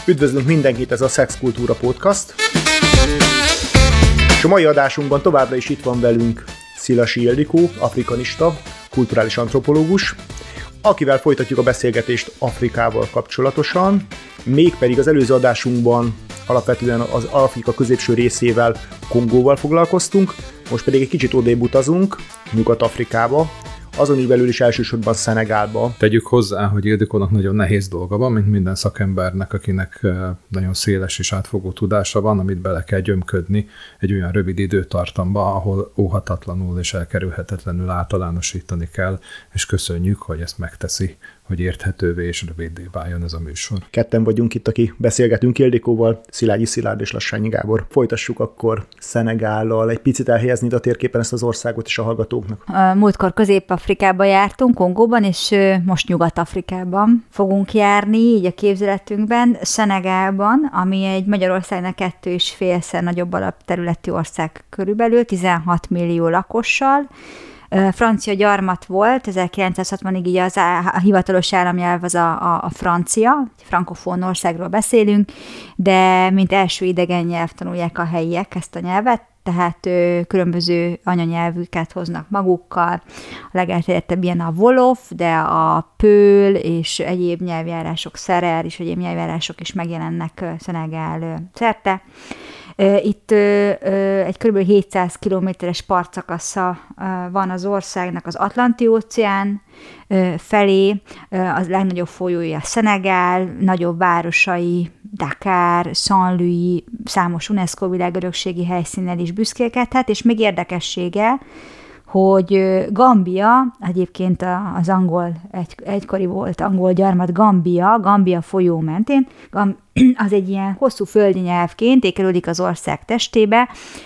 Üdvözlünk mindenkit, ez a Szexkultúra Podcast. És a mai adásunkban továbbra is itt van velünk Szilasi Ildikó, afrikanista, kulturális antropológus, akivel folytatjuk a beszélgetést Afrikával kapcsolatosan, mégpedig az előző adásunkban alapvetően az Afrika középső részével, Kongóval foglalkoztunk, most pedig egy kicsit odébb utazunk, Nyugat-Afrikába, azon is belül is elsősorban Szenegálba. Tegyük hozzá, hogy Ildikónak nagyon nehéz dolga van, mint minden szakembernek, akinek nagyon széles és átfogó tudása van, amit bele kell gyömködni egy olyan rövid időtartamba, ahol óhatatlanul és elkerülhetetlenül általánosítani kell, és köszönjük, hogy ezt megteszi, hogy érthetővé és röviddé váljon ez a műsor. Ketten vagyunk itt, aki beszélgetünk Ildikóval, Szilágyi Szilárd és Lassányi Gábor. Folytassuk akkor Szenegállal, egy picit elhelyezni a térképen ezt az országot és a hallgatóknak. Múltkor Közép-Afrikába jártunk, Kongóban, és most Nyugat-Afrikában fogunk járni, így a képzeletünkben, Szenegálban, ami egy Magyarországnak 2,5-szer nagyobb alapterületű ország körülbelül, 16 millió lakossal. Francia gyarmat volt, 1960-ig így a hivatalos államnyelv az a francia, frankofón országról beszélünk, de mint első idegen nyelv tanulják a helyiek ezt a nyelvet, tehát különböző anyanyelvüket hoznak magukkal. A legelterjedtebb ilyen a wolof, de a pöl és egyéb nyelvjárások, szerer és egyéb nyelvjárások is megjelennek Szenegál szerte. Itt egy kb. 700 kilométeres partszakasza van az országnak az Atlanti-óceán felé, az legnagyobb folyója Szenegál, nagyobb városai, Dakar, Saint-Louis, számos UNESCO világörökségi helyszínnel is büszkélkedhet, és még érdekessége, hogy Gambia, egyébként az angol, egykori volt angol gyarmat Gambia folyó mentén, az egy ilyen hosszú földi nyelvként ékelődik az ország testébe,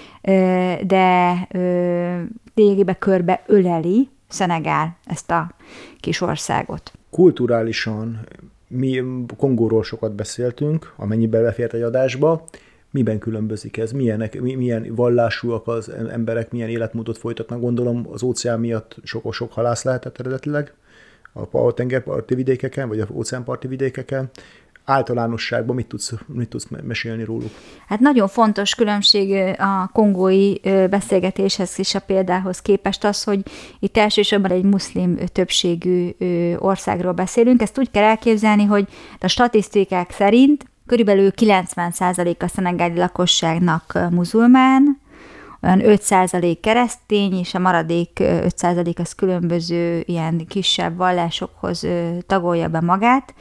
de lényegében körbe öleli Szenegál ezt a kis országot. Kulturálisan mi Kongóról sokat beszéltünk, amennyiben befért egy adásba. Miben különbözik ez? Milyen vallásúak az emberek, milyen életmódot folytatnak? Gondolom az óceán miatt sok halász lehetett eredetileg a tengerparti vidékeken, vagy az óceánparti vidékeken. Általánosságban mit tudsz mesélni róluk? Hát nagyon fontos különbség a kongói beszélgetéshez és a példához képest az, hogy itt elsősorban egy muszlim többségű országról beszélünk. Ezt úgy kell elképzelni, hogy a statisztikák szerint körülbelül 90% a szenegáli lakosságnak muzulmán, olyan 5% keresztény, és a maradék 5% az különböző ilyen kisebb vallásokhoz tagolja be magát.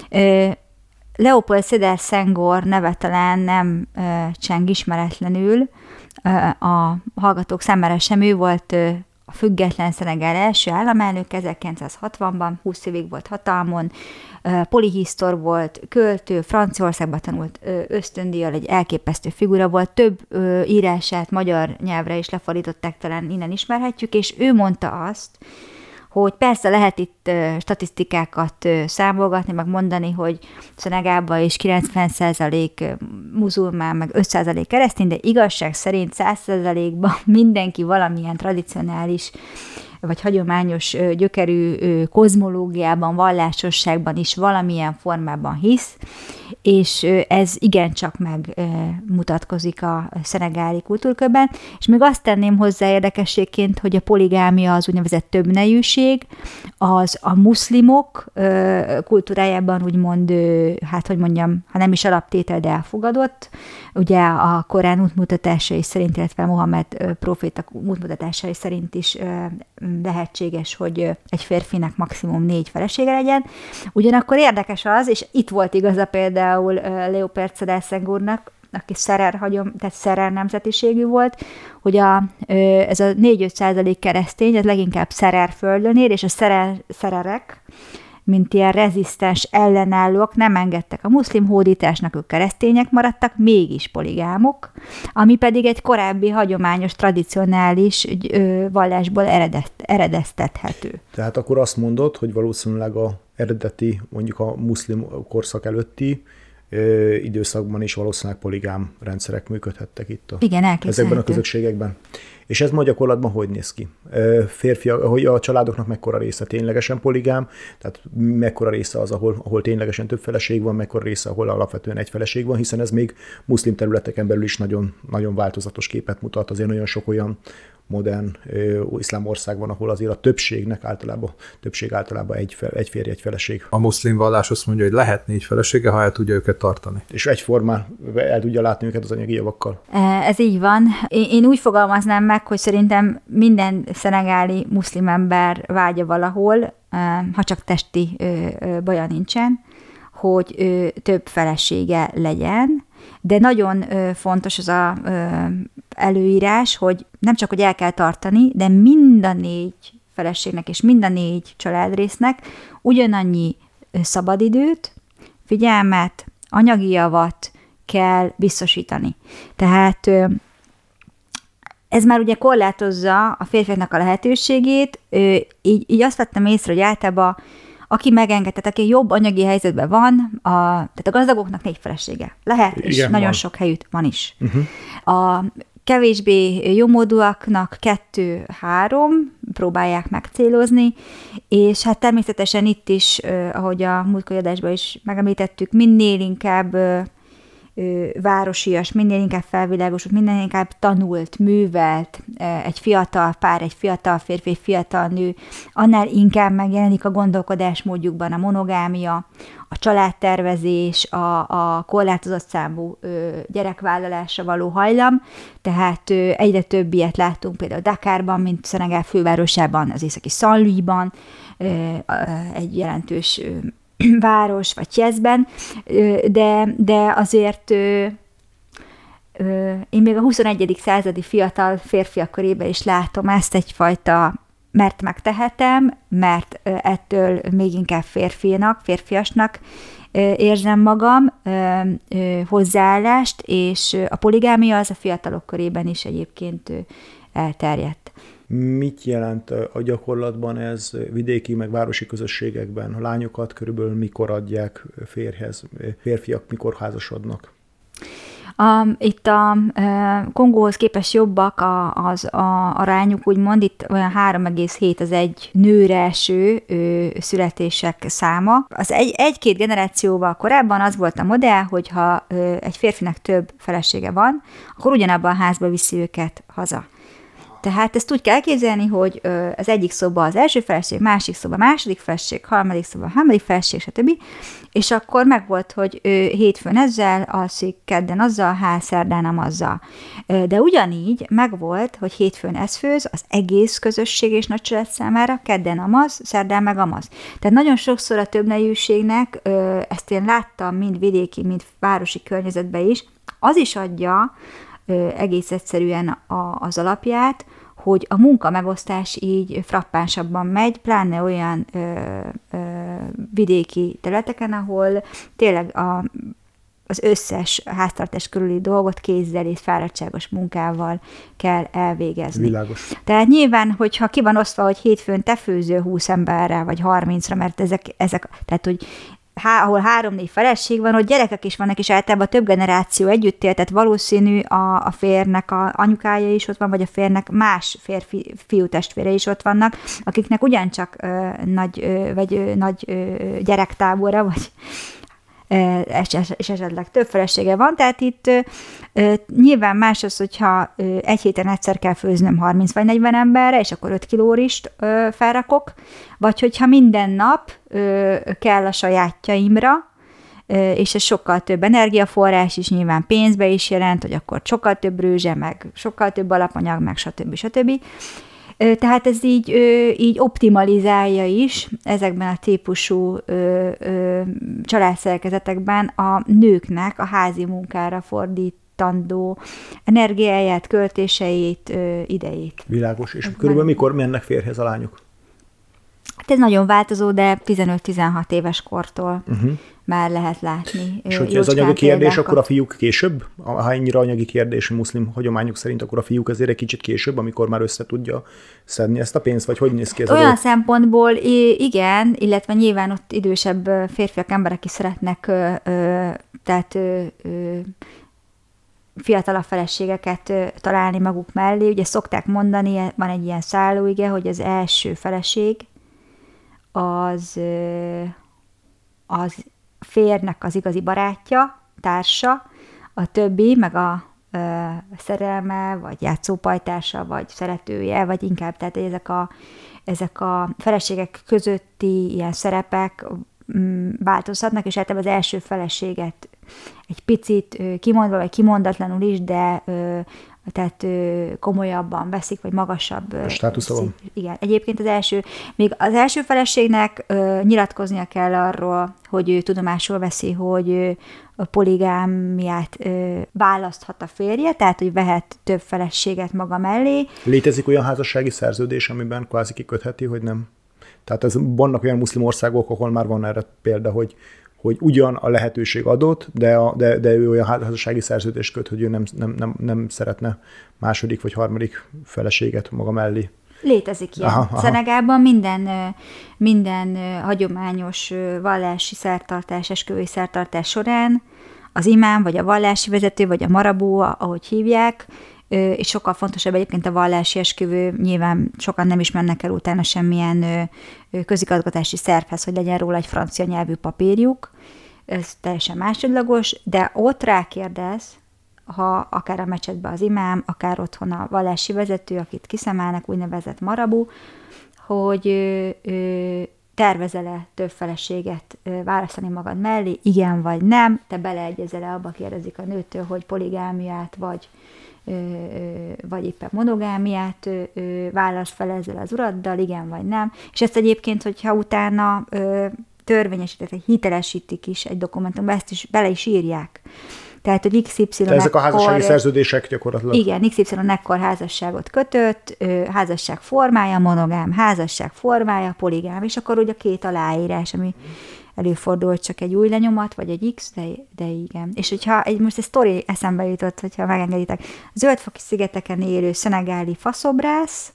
Léopold Sédar Senghor neve talán nem cseng ismeretlenül, a hallgatók számára sem, ő volt a független Szenegál első államelnök 1960-ban, 20 évig volt hatalmon, polihisztor volt, költő, Franciaországban tanult ösztöndíjjal, egy elképesztő figura volt, több írását magyar nyelvre is lefordították, talán innen ismerhetjük, és ő mondta azt, hogy persze lehet itt statisztikákat számolgatni, meg mondani, hogy Szenegálban is 90% muzulmán, meg 5% keresztény, de igazság szerint 100%-ban mindenki valamilyen tradicionális vagy hagyományos gyökerű kozmológiában, vallásosságban is valamilyen formában hisz, és ez igencsak megmutatkozik a szenegáli kultúrkörben. És még azt tenném hozzá érdekességként, hogy a poligámia az úgynevezett többnejűség, az a muszlimok kultúrájában úgymond, hát hogy mondjam, ha nem is alaptétel, de elfogadott. Ugye a Korán útmutatásai szerint, illetve Mohamed próféta útmutatásai szerint is lehetséges, hogy egy férfinek maximum 4 felesége legyen. Ugyanakkor érdekes az, és itt volt igaza például Léopold Sédar Senghornak, aki szerer nemzetiségű volt, hogy ez a 4-5% keresztény, ez leginkább szerer földön él, és a szererek, mint ilyen rezisztens ellenállók nem engedtek a muszlim hódításnak, ők keresztények maradtak, mégis poligámok, ami pedig egy korábbi hagyományos, tradicionális vallásból eredeztethető. Tehát akkor azt mondod, hogy valószínűleg a eredeti, mondjuk a muszlim korszak előtti időszakban is valószínűleg poligám rendszerek működhettek itt ezekben a közösségekben. És ez ma gyakorlatban hogy néz ki? Férfiak, hogy a családoknak mekkora része ténylegesen poligám, tehát mekkora része az, ahol ténylegesen több feleség van, mekkora része, ahol alapvetően egy feleség van, hiszen ez még muszlim területeken belül is nagyon, nagyon változatos képet mutat. Azért nagyon sok olyan modern iszlám ország van, ahol azért a többség általában egy férj, egy feleség. A muszlim vallás azt mondja, hogy lehet 4 felesége, ha el tudja őket tartani. És egyformán el tudja látni őket az anyagi javakkal. Ez így van. Én úgy fogalmaznám meg, hogy szerintem minden szenegáli muszlim ember vágya valahol, ha csak testi baja nincsen, hogy több felesége legyen, de nagyon fontos az a előírás, hogy nem csak, hogy el kell tartani, de mind a 4 feleségnek és mind a 4 családrésznek ugyanannyi szabadidőt, figyelmet, anyagi javat kell biztosítani. Tehát ez már ugye korlátozza a férfiaknak a lehetőségét, így azt vettem észre, hogy általában aki megengedett, aki jobb anyagi helyzetben van, tehát a gazdagoknak 4 felesége lehet, és igen, nagyon sok helyük van is. A kevésbé jómódúaknak 2-3 próbálják megcélozni, és hát természetesen itt is, ahogy a múltkori adásban is megemlítettük, minél inkább városias, minél inkább felvilágosult, minél inkább tanult, művelt egy fiatal pár, egy fiatal férfi, egy fiatal nő, annál inkább megjelenik a gondolkodásmódjukban a monogámia, a családtervezés, a korlátozott számú gyerekvállalásra való hajlam, tehát egyre több ilyet látunk például Dakarban, mint Szenegál fővárosában, az északi Saint-Louisban, egy jelentős város, vagy Thiesben, de azért én még a 21. századi fiatal férfiak körében is látom ezt egyfajta, mert megtehetem, mert ettől még inkább férfiasnak érzem magam, hozzáállást, és a poligámia az a fiatalok körében is egyébként elterjedt. Mit jelent a gyakorlatban ez vidéki meg városi közösségekben? A lányokat körülbelül mikor adják férjhez? Férfiak mikor házasodnak? Itt a Kongóhoz képest jobbak az arányuk, úgymond itt olyan 3,7 az egy nőre eső születések száma. Az egy-két generációval korábban az volt a modell, hogyha egy férfinek több felesége van, akkor ugyanabban a házba viszi őket haza. Tehát ezt úgy kell elképzelni, hogy az egyik szoba az első feleség, másik szoba második feleség, harmadik szoba harmadik feleség, stb. És akkor megvolt, hogy hétfőn ezzel alszik, kedden azzal, szerdán azzal. De ugyanígy megvolt, hogy hétfőn ez főz az egész közösség és nagy család számára, kedden amaz, szerdán meg amaz. Tehát nagyon sokszor a többnejűségnek, ezt én láttam mind vidéki, mind városi környezetben is, az is adja egész egyszerűen az alapját, hogy a munkamegosztás így frappánsabban megy, pláne olyan vidéki területeken, ahol tényleg az összes háztartás körüli dolgot kézzel és fáradtságos munkával kell elvégezni. Világos. Tehát nyilván, hogyha ki van osztva, hogy hétfőn te főző 20 emberrel, vagy 30-ra, mert ezek tehát, hogy ahol 3-4 feleség van, ott gyerekek is vannak, és általában több generáció együtt él, tehát valószínű a férnek a anyukája is ott van, vagy a férnek más fiú testvére is ott vannak, akiknek ugyancsak nagy gyerektábora, vagy és esetleg több felesége van, tehát itt nyilván más az, hogyha egy héten egyszer kell főznöm 30 vagy 40 emberre, és akkor 5 kilórist felrakok, vagy hogyha minden nap kell a sajátjaimra, és ez sokkal több energiaforrás is, nyilván pénzbe is jelent, hogy akkor sokkal több rőzse, meg sokkal több alapanyag, meg stb. Tehát ez így optimalizálja is ezekben a típusú családszerkezetekben a nőknek a házi munkára fordítandó energiáját, költéseit, idejét. Világos. És körülbelül mikor mennek férjhez a lányok? Hát ez nagyon változó, de 15-16 éves kortól már lehet látni. És hogyha ez anyagi kérdés, akkor a fiúk később? Ha ennyire anyagi kérdés muszlim hagyományok szerint, akkor a fiúk azért egy kicsit később, amikor már össze tudja szedni ezt a pénzt, vagy hogy néz ki ez olyan dolog? szempontból igen, illetve nyilván ott idősebb férfiak, emberek is szeretnek tehát fiatalabb feleségeket találni maguk mellé. Ugye szokták mondani, van egy ilyen szállóige, hogy az első feleség az férnek az igazi barátja, társa, a többi, meg a szerelme, vagy játszópajtása, vagy szeretője, vagy inkább, tehát ezek a feleségek közötti ilyen szerepek változhatnak, és általában az első feleséget egy picit kimondva, vagy kimondatlanul is, de tehát komolyabban veszik, vagy magasabb. Státusza van. Igen. Egyébként még az első feleségnek nyilatkoznia kell arról, hogy ő tudomásul veszi, hogy a poligámiát választhat a férje, tehát hogy vehet több feleséget maga mellé. Létezik olyan házassági szerződés, amiben kvázi kikötheti, hogy nem? Tehát vannak olyan muszlim országok, ahol már van erre példa, hogy ugyan a lehetőség adott, de ő olyan házassági szerződést köt, hogy ő nem szeretne második vagy harmadik feleséget maga mellé. Létezik ilyen. Szenegálban minden hagyományos vallási szertartás, esküvői szertartás során az imám, vagy a vallási vezető, vagy a marabú, ahogy hívják, és sokkal fontosabb egyébként a vallási esküvő, nyilván sokan nem is mennek el utána semmilyen közigazgatási szervhez, hogy legyen róla egy francia nyelvű papírjuk, ez teljesen másodlagos, de ott rákérdez, ha akár a mecsetben az imám, akár otthon a vallási vezető, akit kiszemelnek, úgynevezett marabú, hogy tervezel-e több feleséget választani magad mellé, igen vagy nem, te beleegyezel-e, abba kérdezik a nőtől, hogy poligámiát vagy éppen monogámiát válasz fel ezzel az uraddal, igen vagy nem. És ezt egyébként, hogyha utána törvényesítik, hitelesítik is egy dokumentumban, ezt is bele is írják. Tehát, hogy XY ezek a házassági szerződések gyakorlatilag. Igen, XY ekkor házasságot kötött, házasság formája, monogám, házasság formája, poligám, és akkor ugye a két aláírás, ami előfordult csak egy új lenyomat, vagy egy X, de igen. És hogyha most egy sztori eszembe jutott, hogyha megengeditek, Zöld-foki szigeteken élő szenegáli faszobrász,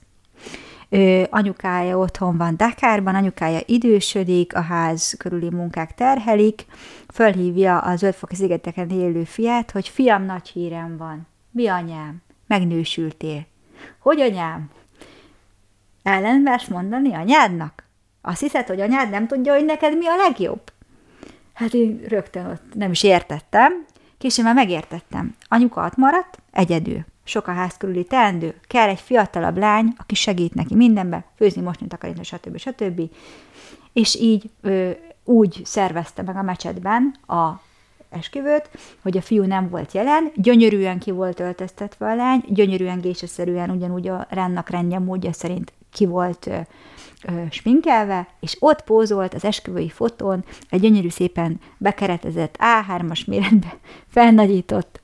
anyukája otthon van Dakarban, anyukája idősödik, a ház körüli munkák terhelik, fölhívja a Zöld-foki szigeteken élő fiát, hogy fiam, nagy hírem van. Mi anyám? Megnősültél. Hogy anyám? Ellenversz mondani anyádnak? Azt hiszed, hogy anyád nem tudja, hogy neked mi a legjobb? Hát én rögtön ott nem is értettem, később már megértettem. Anyuka ott maradt, egyedül. Sok a ház körüli teendő, kell egy fiatalabb lány, aki segít neki mindenbe, főzni, mosni, takarítani, stb. És így úgy szervezte meg a mecsetben a esküvőt, hogy a fiú nem volt jelen, gyönyörűen ki volt öltöztetve a lány, gyönyörűen géseszerűen ugyanúgy a rendnak rendje módja szerint ki volt sminkelve, és ott pózolt az esküvői fotón egy gyönyörű szépen bekeretezett A3-as méretbe felnagyított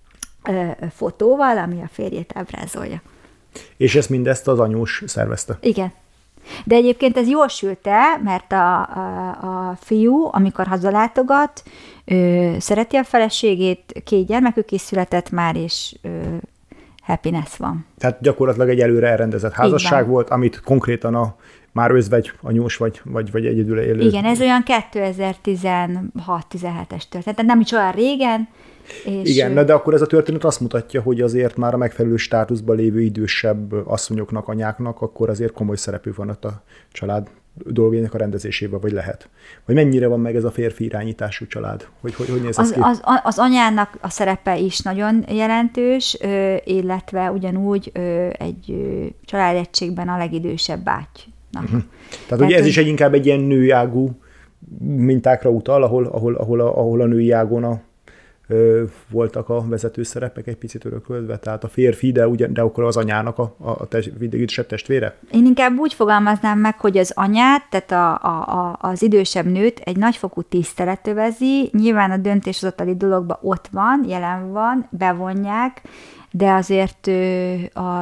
fotóval, ami a férjét ábrázolja. És ezt mindezt az anyós szervezte? Igen. De egyébként ez jól sült el, mert a fiú, amikor hazalátogat, szereti a feleségét, 2 gyermekük is született már, és happiness van. Tehát gyakorlatilag egy előre elrendezett házasság volt, amit konkrétan a már özvegy, anyós vagy egyedül élő. Igen, ez olyan 2016-17-es történet, tehát nem is olyan régen. És igen, de akkor ez a történet azt mutatja, hogy azért már a megfelelő státuszban lévő idősebb asszonyoknak, anyáknak, akkor azért komoly szerepük van ott a család dolgainak a rendezésében, vagy lehet. Vagy mennyire van meg ez a férfi irányítású család? Hogy néz ez ki? Az anyának a szerepe is nagyon jelentős, illetve ugyanúgy egy családegységben a legidősebb bátynak. Uh-huh. Tehát ugye ez is inkább egy ilyen női ágú mintákra utal, ahol a női ágon voltak a vezető szerepek egy picit örököltve, tehát a férfi, de akkor az anyának a idősebb testvére? Én inkább úgy fogalmaznám meg, hogy az anyát, tehát az idősebb nőt egy nagyfokú tisztelet övezi, nyilván a döntéshozatali dologban ott van, jelen van, bevonják, de azért a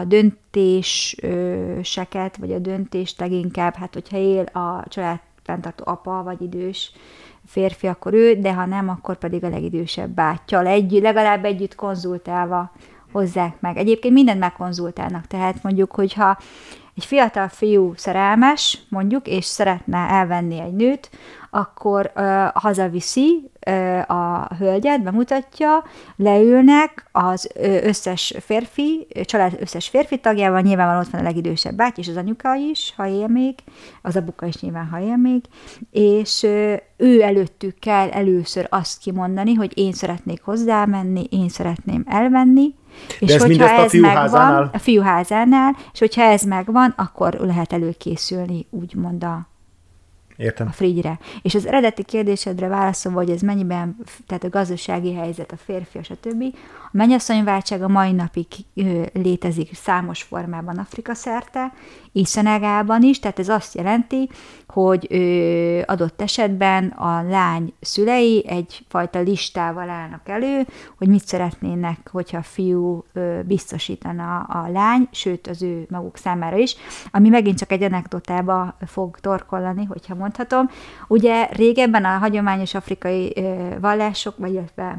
döntéseket, vagy a döntést leginkább, hát hogyha él a családfenntartó apa, vagy idős férfi, akkor ő, de ha nem, akkor pedig a legidősebb bátyjal legalább együtt konzultálva hozzák meg. Egyébként mindent megkonzultálnak, tehát mondjuk, hogyha egy fiatal fiú szerelmes, mondjuk, és szeretne elvenni egy nőt, akkor hazaviszi a hölgyet, bemutatja, leülnek az összes férfi, család összes férfi tagjával, nyilvánvalóan ott van a legidősebb báty, és az anyuka is, ha él még, az apuka is nyilván, ha él még, és ő előttük kell először azt kimondani, hogy én szeretnék hozzámenni, én szeretném elvenni, és ez hogyha ez megvan, a fiúházánál, és hogyha ez megvan, akkor lehet előkészülni, úgymond a frigyre. És az eredeti kérdésedre válaszolva, hogy ez mennyiben, tehát a gazdasági helyzet, a férfi, stb. A mennyasszonyváltság a mai napig létezik számos formában Afrika szerte, és Szenegálban is, tehát ez azt jelenti, hogy adott esetben a lány szülei egyfajta listával állnak elő, hogy mit szeretnének, hogyha a fiú biztosítana a lány, sőt az ő maguk számára is, ami megint csak egy anekdotába fog torkollani, hogyha mondhatom. Ugye régebben a hagyományos afrikai vallások, vagy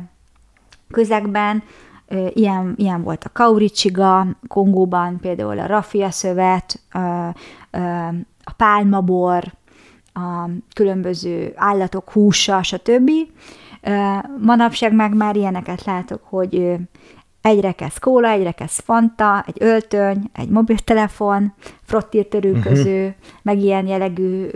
közegben ilyen volt a kauricsiga, Kongóban például a raffia szövet, a pálmabor, a különböző állatok húsa, stb. Manapság meg már ilyeneket látok, hogy egy rekesz kóla, egy rekesz fanta, egy öltöny, egy mobiltelefon, frottírtörülköző, meg ilyen jellegű,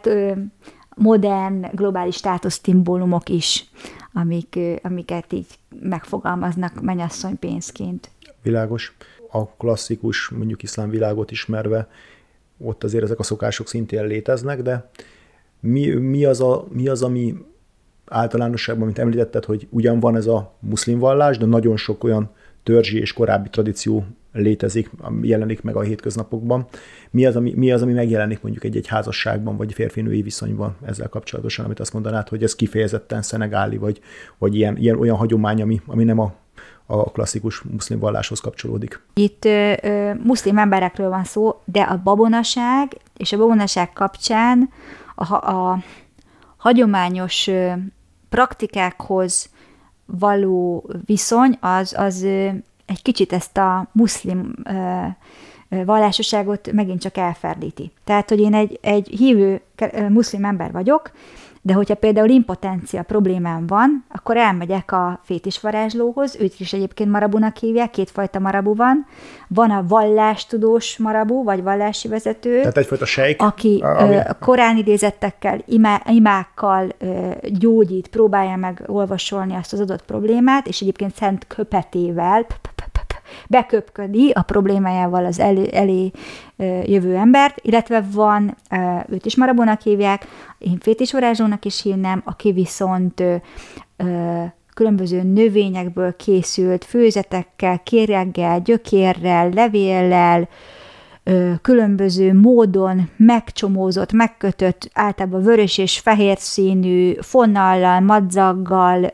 modern, globális státuszszimbólumok is, amiket így megfogalmaznak mennyasszony pénzként. Világos. A klasszikus, mondjuk iszlám világot ismerve, ott azért ezek a szokások szintén léteznek, de mi az, ami általánosságban, mint említetted, hogy ugyan van ez a muszlim vallás, de nagyon sok olyan törzsi és korábbi tradíció létezik, jelenik meg a hétköznapokban. Mi az, ami megjelenik mondjuk egy házasságban, vagy férfi-női viszonyban ezzel kapcsolatosan, amit azt mondanád, hogy ez kifejezetten szenegáli, vagy ilyen olyan hagyomány, ami nem a klasszikus muszlim valláshoz kapcsolódik. Itt muszlim emberekről van szó, de a babonaság és a babonaság kapcsán a hagyományos praktikákhoz való viszony az egy kicsit ezt a muszlim vallásosságot megint csak elferdíti. Tehát, hogy én egy hívő muszlim ember vagyok, de hogyha például impotencia problémám van, akkor elmegyek a fétisvarázslóhoz, őt is egyébként marabunak hívják, kétfajta marabu van. Van a vallástudós marabu, vagy vallási vezető. Tehát egyfajta sejk. Aki korán idézettekkel, imákkal gyógyít, próbálja meg olvasolni azt az adott problémát, és egyébként szent köpetével beköpködi a problémájával az elé jövő embert, illetve van, őt is marabónak hívják, én fétisvarázslónak is hívnám, aki viszont különböző növényekből készült főzetekkel, kérjeggel, gyökérrel, levéllel, különböző módon megcsomózott, megkötött, általában vörös és fehér színű fonnallal, madzaggal,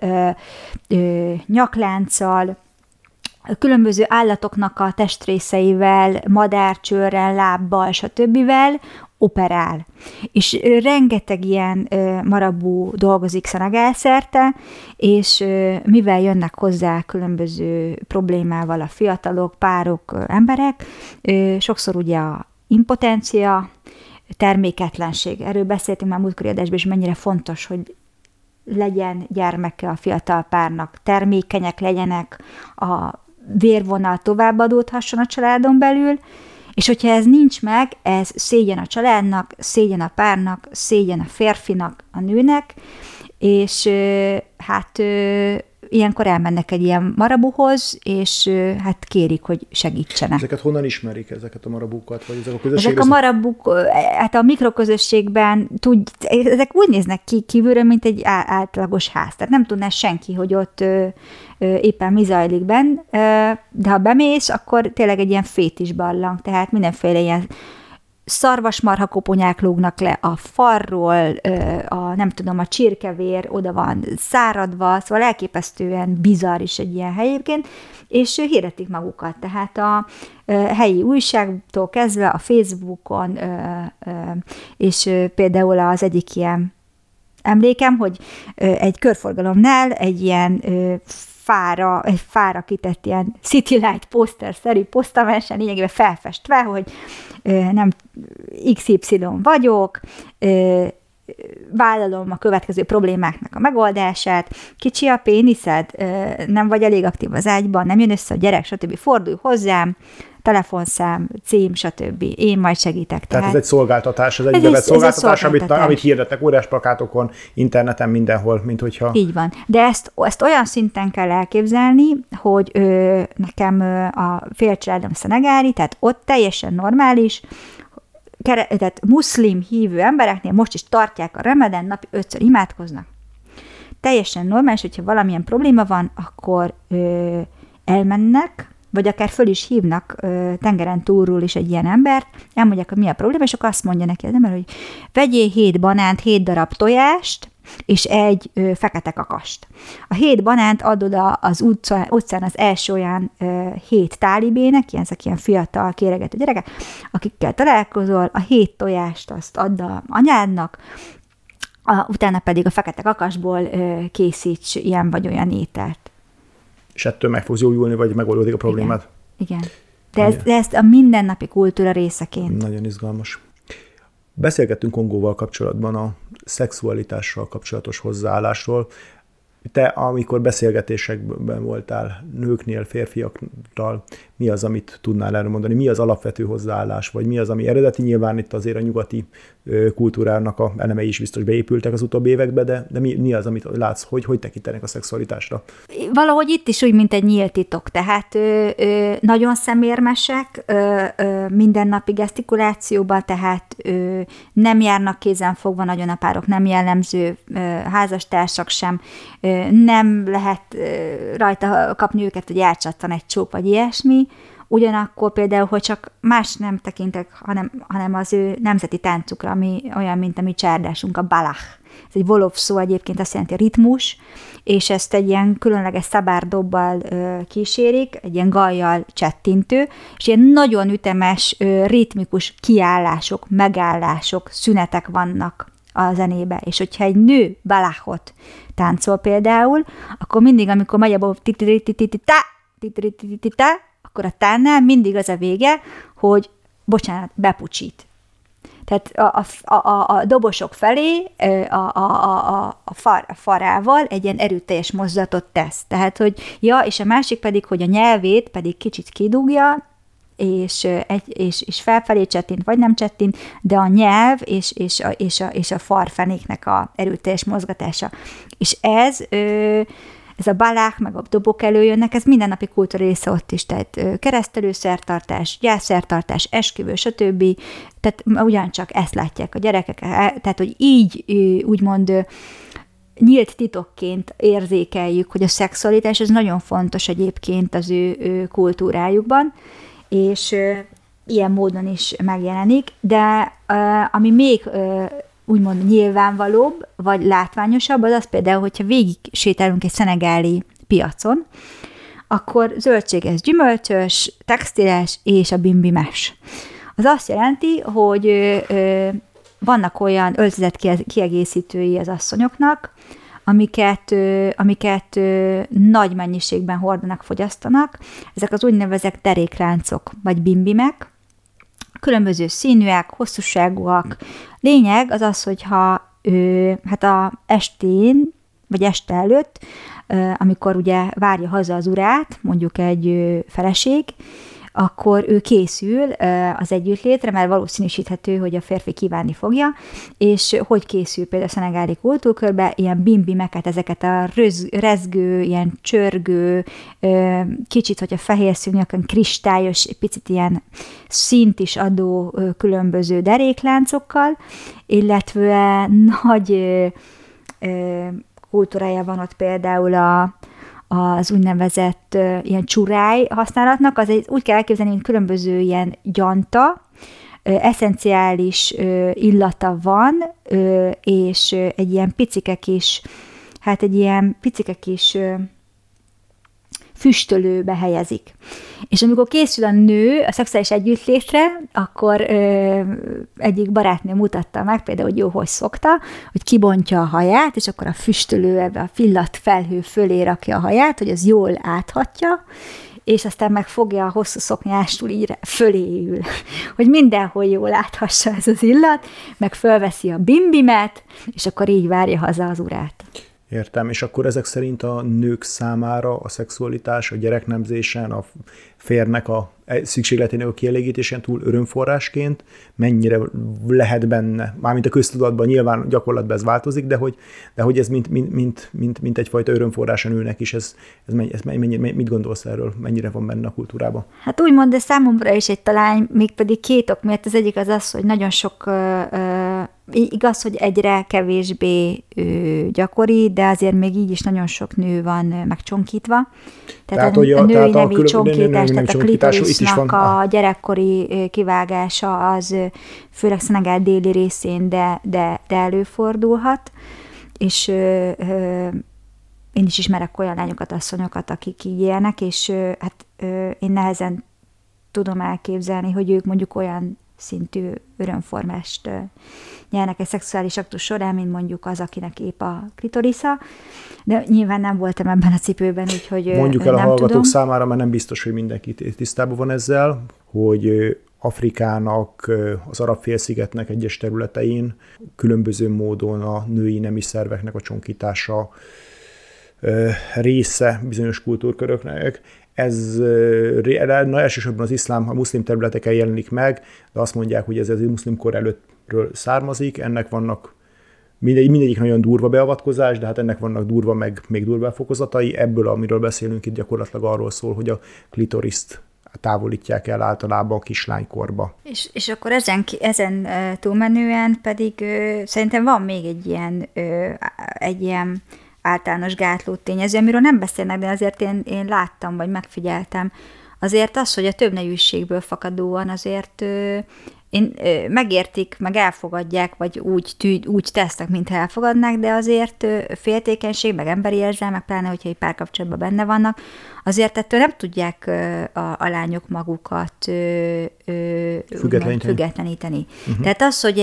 nyaklánccal, különböző állatoknak a testrészeivel, madárcsőrrel, lábbal, stb. Operál. És rengeteg ilyen marabú dolgozik Szenegál szerte, és mivel jönnek hozzá különböző problémával a fiatalok, párok, emberek, sokszor ugye a impotencia, terméketlenség. Erről beszéltünk már múltkori adásban, és mennyire fontos, hogy legyen gyermeke a fiatal párnak, termékenyek legyenek, a vérvonal továbbadódhasson a családon belül, és hogyha ez nincs meg, ez szégyen a családnak, szégyen a párnak, szégyen a férfinak, a nőnek, és hát ilyenkor elmennek egy ilyen marabuhoz, és hát kérik, hogy segítsenek. Ezeket honnan ismerik, ezeket a marabúkat? Vagy ezek a közösségek? Ezek a marabuk, hát a mikroközösségben ezek úgy néznek ki kívülről, mint egy átlagos ház. Tehát nem tudná senki, hogy ott éppen mi zajlik benn, de ha bemész, akkor tényleg egy ilyen fétis barlang, tehát mindenféle ilyen szarvasmarha koponyák lógnak le a farról, a csirkevér oda van száradva, szóval elképesztően bizarr is egy ilyen hely egyébként, és hirdetik magukat. Tehát a helyi újságtól kezdve a Facebookon, és például az egyik ilyen emlékem, hogy egy körforgalomnál egy ilyen fára kitett ilyen City Light poszter-szerű posztaversen lényegében felfestve, hogy nem XY vagyok, vállalom a következő problémáknak a megoldását, kicsi a péniszed, nem vagy elég aktív az ágyban, nem jön össze a gyerek, stb. Fordulj hozzám, telefonszám, cím, stb. Én majd segítek. Tehát ez egy szolgáltatás, ez egy bevett szolgáltatás, amit hirdetnek óriás plakátokon, interneten, mindenhol, mint hogyha... Így van. De ezt olyan szinten kell elképzelni, hogy nekem a félcsaládom szenegáli, tehát ott teljesen normális, tehát muszlim hívő embereknél most is tartják a Ramedán, napi 5-ször imádkoznak. Teljesen normális, hogyha valamilyen probléma van, akkor elmennek, vagy akár föl is hívnak tengeren túlról is egy ilyen embert, elmondják, hogy mi a probléma, és akkor azt mondja neki az ember, hogy vegyél 7 banánt, 7 darab tojást, és egy fekete kakast. A 7 banánt adod az utcán az első olyan 7 tálibének, ilyen fiatal, kéregető gyerekek, akikkel találkozol, a 7 tojást azt add a anyádnak, utána pedig a fekete kakasból készíts ilyen vagy olyan ételt. És ettől meg fogsz jóulni, vagy megoldódik a problémát. Igen. De ezt a mindennapi kultúra részeként. Nagyon izgalmas. Beszélgettünk Kongóval kapcsolatban a szexualitással kapcsolatos hozzáállásról. Te, amikor beszélgetésekben voltál nőknél, férfiaktal, mi az, amit tudnál erről mondani? Mi az alapvető hozzáállás, vagy mi az, ami eredeti? Nyilván itt azért a nyugati kultúrának a elemei is biztos beépültek az utóbbi évekbe, de mi az, amit látsz, hogy tekintenek a szexualitásra? Valahogy itt is úgy, mint egy nyílt titok. Tehát nagyon szemérmesek, mindennapi gesztikulációban, tehát nem járnak kézenfogva nagyon a párok, nem jellemző, házastársak sem, nem lehet rajta kapni őket, hogy elcsattan egy csók, vagy ilyesmi. Ugyanakkor például, hogy csak más nem tekintek, hanem az ő nemzeti táncukra, ami olyan, mint a mi csárdásunk, a balach. Ez egy volov szó, egyébként azt jelenti ritmus, és ezt egy ilyen különleges szabárdobbal kísérik, egy ilyen gajjal csettintő, és ilyen nagyon ütemes, ritmikus kiállások, megállások, szünetek vannak a zenébe. És hogyha egy nő balachot táncol például, akkor mindig, amikor megy abból akkor a tánnál mindig az a vége, hogy bepucsít. Tehát a dobosok felé a farával egy ilyen erőteljes mozdulatot tesz. Tehát, hogy és a másik pedig, hogy a nyelvét pedig kicsit kidugja, és felfelé csettint, vagy nem csettint, de a nyelv és a farfenéknek a erőteljes mozgatása. És ez a balák, meg a dobok előjönnek, ez mindennapi kultúra része ott is, tehát keresztelőszertartás, gyászszertartás, esküvő, stb. Tehát ugyancsak ezt látják a gyerekek, tehát hogy így úgymond nyílt titokként érzékeljük, hogy a szexualitás ez nagyon fontos egyébként az ő kultúrájukban, és ilyen módon is megjelenik, de ami még úgymond nyilvánvalóbb, vagy látványosabb, az például, hogyha végig sétálunk egy szenegáli piacon, akkor zöldséges, gyümölcsös, textiles és a bimbimes. Az azt jelenti, hogy vannak olyan öltözet kiegészítői az asszonyoknak, amiket nagy mennyiségben hordanak, fogyasztanak. Ezek az úgynevezett derékláncok, vagy bimbimek, különböző színűek, hosszúságúak. Lényeg az, hogyha hát a estén, vagy este előtt, amikor ugye várja haza az urát, mondjuk egy feleség, akkor ő készül az együttlétre, mert valószínűsíthető, hogy a férfi kívánni fogja, és hogy készül például a szenegáli kultúrkörbe, ilyen bimbimeket, ezeket a rezgő, ilyen csörgő, kicsit, hogy a fehér színűeken kristályos, picit ilyen színt is adó különböző derékláncokkal, illetve nagy kultúrája van ott például az úgynevezett ilyen csuráj használatnak, úgy kell elképzelni, mint különböző ilyen gyanta, eszenciális illata van, és egy ilyen picike kis füstölőbe helyezik. És amikor készül a nő a szexuális együttlétre, akkor egyik barátnő mutatta meg, például, hogy hogy szokta, hogy kibontja a haját, és akkor a füstölő ebbe a fillat felhő fölé rakja a haját, hogy az jól áthatja, és aztán megfogja a hosszú szoknyástul így fölé ül, hogy mindenhol jól áthassa ez az illat, meg fölveszi a bimbimet, és akkor így várja haza az urát. Értem, és akkor ezek szerint a nők számára a szexualitás, a gyereknemzésen, a férnek a szükségletének a kielégítésén túl örömforrásként mennyire lehet benne, mármint a köztudatban nyilván gyakorlatban ez változik, de hogy ez mint egyfajta örömforrás a nőnek is, mit gondolsz erről, mennyire van benne a kultúrában? Hát úgymond, de számomra is egy talány, mégpedig két ok miatt. Az egyik az, hogy nagyon sok, igaz, hogy egyre kevésbé gyakori, de azért még így is nagyon sok nő van megcsonkítva. Tehát a női nemi csonkítás, tehát a klitorisznak a gyerekkori kivágása az főleg Szenegál déli részén, de előfordulhat, és én is ismerek olyan lányokat, asszonyokat, akik így élnek, és hát én nehezen tudom elképzelni, hogy ők mondjuk olyan szintű örömformást nyernek egy szexuális aktus során, mint mondjuk az, akinek épp a klitorisza, de nyilván nem voltam ebben a cipőben, úgyhogy mondjuk el a hallgatók tudom. számára, mert nem biztos, hogy mindenki tisztában van ezzel, hogy Afrikának, az Arab-félszigetnek egyes területein különböző módon a női nemi szerveknek a csonkítása része bizonyos kultúrköröknek. Ez elsősorban a muszlim területeken jelenik meg, de azt mondják, hogy ez a muszlim kor előttről származik, ennek vannak mindegyik nagyon durva beavatkozás, de hát ennek vannak durva, meg még durva fokozatai. Ebből, amiről beszélünk itt, gyakorlatilag arról szól, hogy a klitoriszt távolítják el általában a kislánykorba. És akkor ezen túlmenően pedig szerintem van még egy ilyen általános gátló tényező, amiről nem beszélnek, de azért én láttam, vagy megfigyeltem. Azért az, hogy a többnejűségből fakadóan azért megértik, meg elfogadják, vagy úgy tesznek, mintha elfogadnák, de azért féltékenység, meg emberi érzelmek, pláne, hogyha egy párkapcsolatban benne vannak, azért ettől nem tudják a lányok magukat függetleníteni. Uh-huh. Tehát az, hogy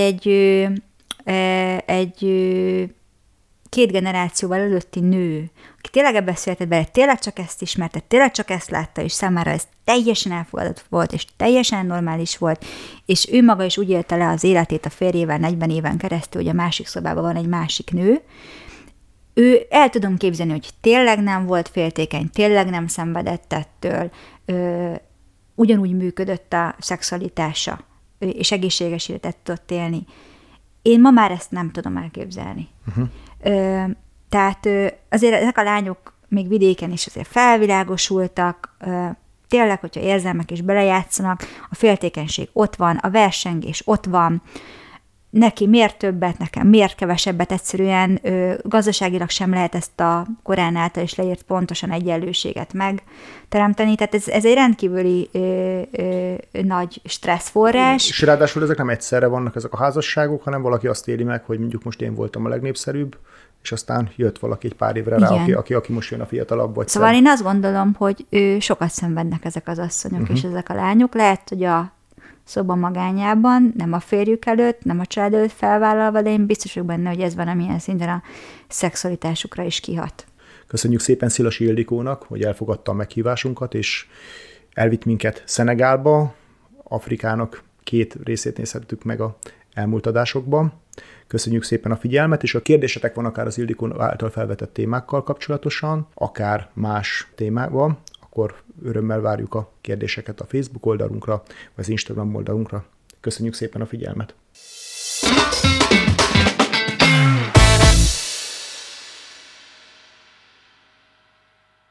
egy 2 generációval előtti nő, aki tényleg ebbe született bele, tényleg csak ezt ismerte, tényleg csak ezt látta, és számára ez teljesen elfogadott volt, és teljesen normális volt, és ő maga is úgy élte le az életét a férjével 40 éven keresztül, hogy a másik szobában van egy másik nő. Ő el tudom képzelni, hogy tényleg nem volt féltékeny, tényleg nem szenvedett ettől, ugyanúgy működött a szexualitása, és egészséges életet tudott élni. Én ma már ezt nem tudom elképzelni. Uh-huh. Tehát azért ezek a lányok még vidéken is azért felvilágosultak, tényleg, hogyha érzelmek is belejátszanak, a féltékenység ott van, a versengés ott van, neki miért többet, nekem miért kevesebbet, egyszerűen gazdaságilag sem lehet ezt a Korán által is leírt pontosan egyenlőséget megteremteni, tehát ez egy rendkívüli nagy stresszforrás. És ráadásul ezek nem egyszerre vannak ezek a házasságok, hanem valaki azt éli meg, hogy mondjuk most én voltam a legnépszerűbb, és aztán jött valaki egy pár évre rá, aki most jön a fiatalabb. Vagy szóval én azt gondolom, hogy sokat szenvednek ezek az asszonyok és ezek a lányok. Lehet, hogy a szoba magányában, nem a férjük előtt, nem a család előtt felvállalva, de én biztos vagyok benne, hogy ez valamilyen szinten a szexualitásukra is kihat. Köszönjük szépen Szilasi Ildikónak, hogy elfogadta a meghívásunkat, és elvitt minket Szenegálba, Afrikának 2 részét nézhettük meg a elmúlt adásokban. Köszönjük szépen a figyelmet, és ha kérdésetek van akár az Ildikó által felvetett témákkal kapcsolatosan, akár más témával, akkor örömmel várjuk a kérdéseket a Facebook oldalunkra, vagy az Instagram oldalunkra. Köszönjük szépen a figyelmet!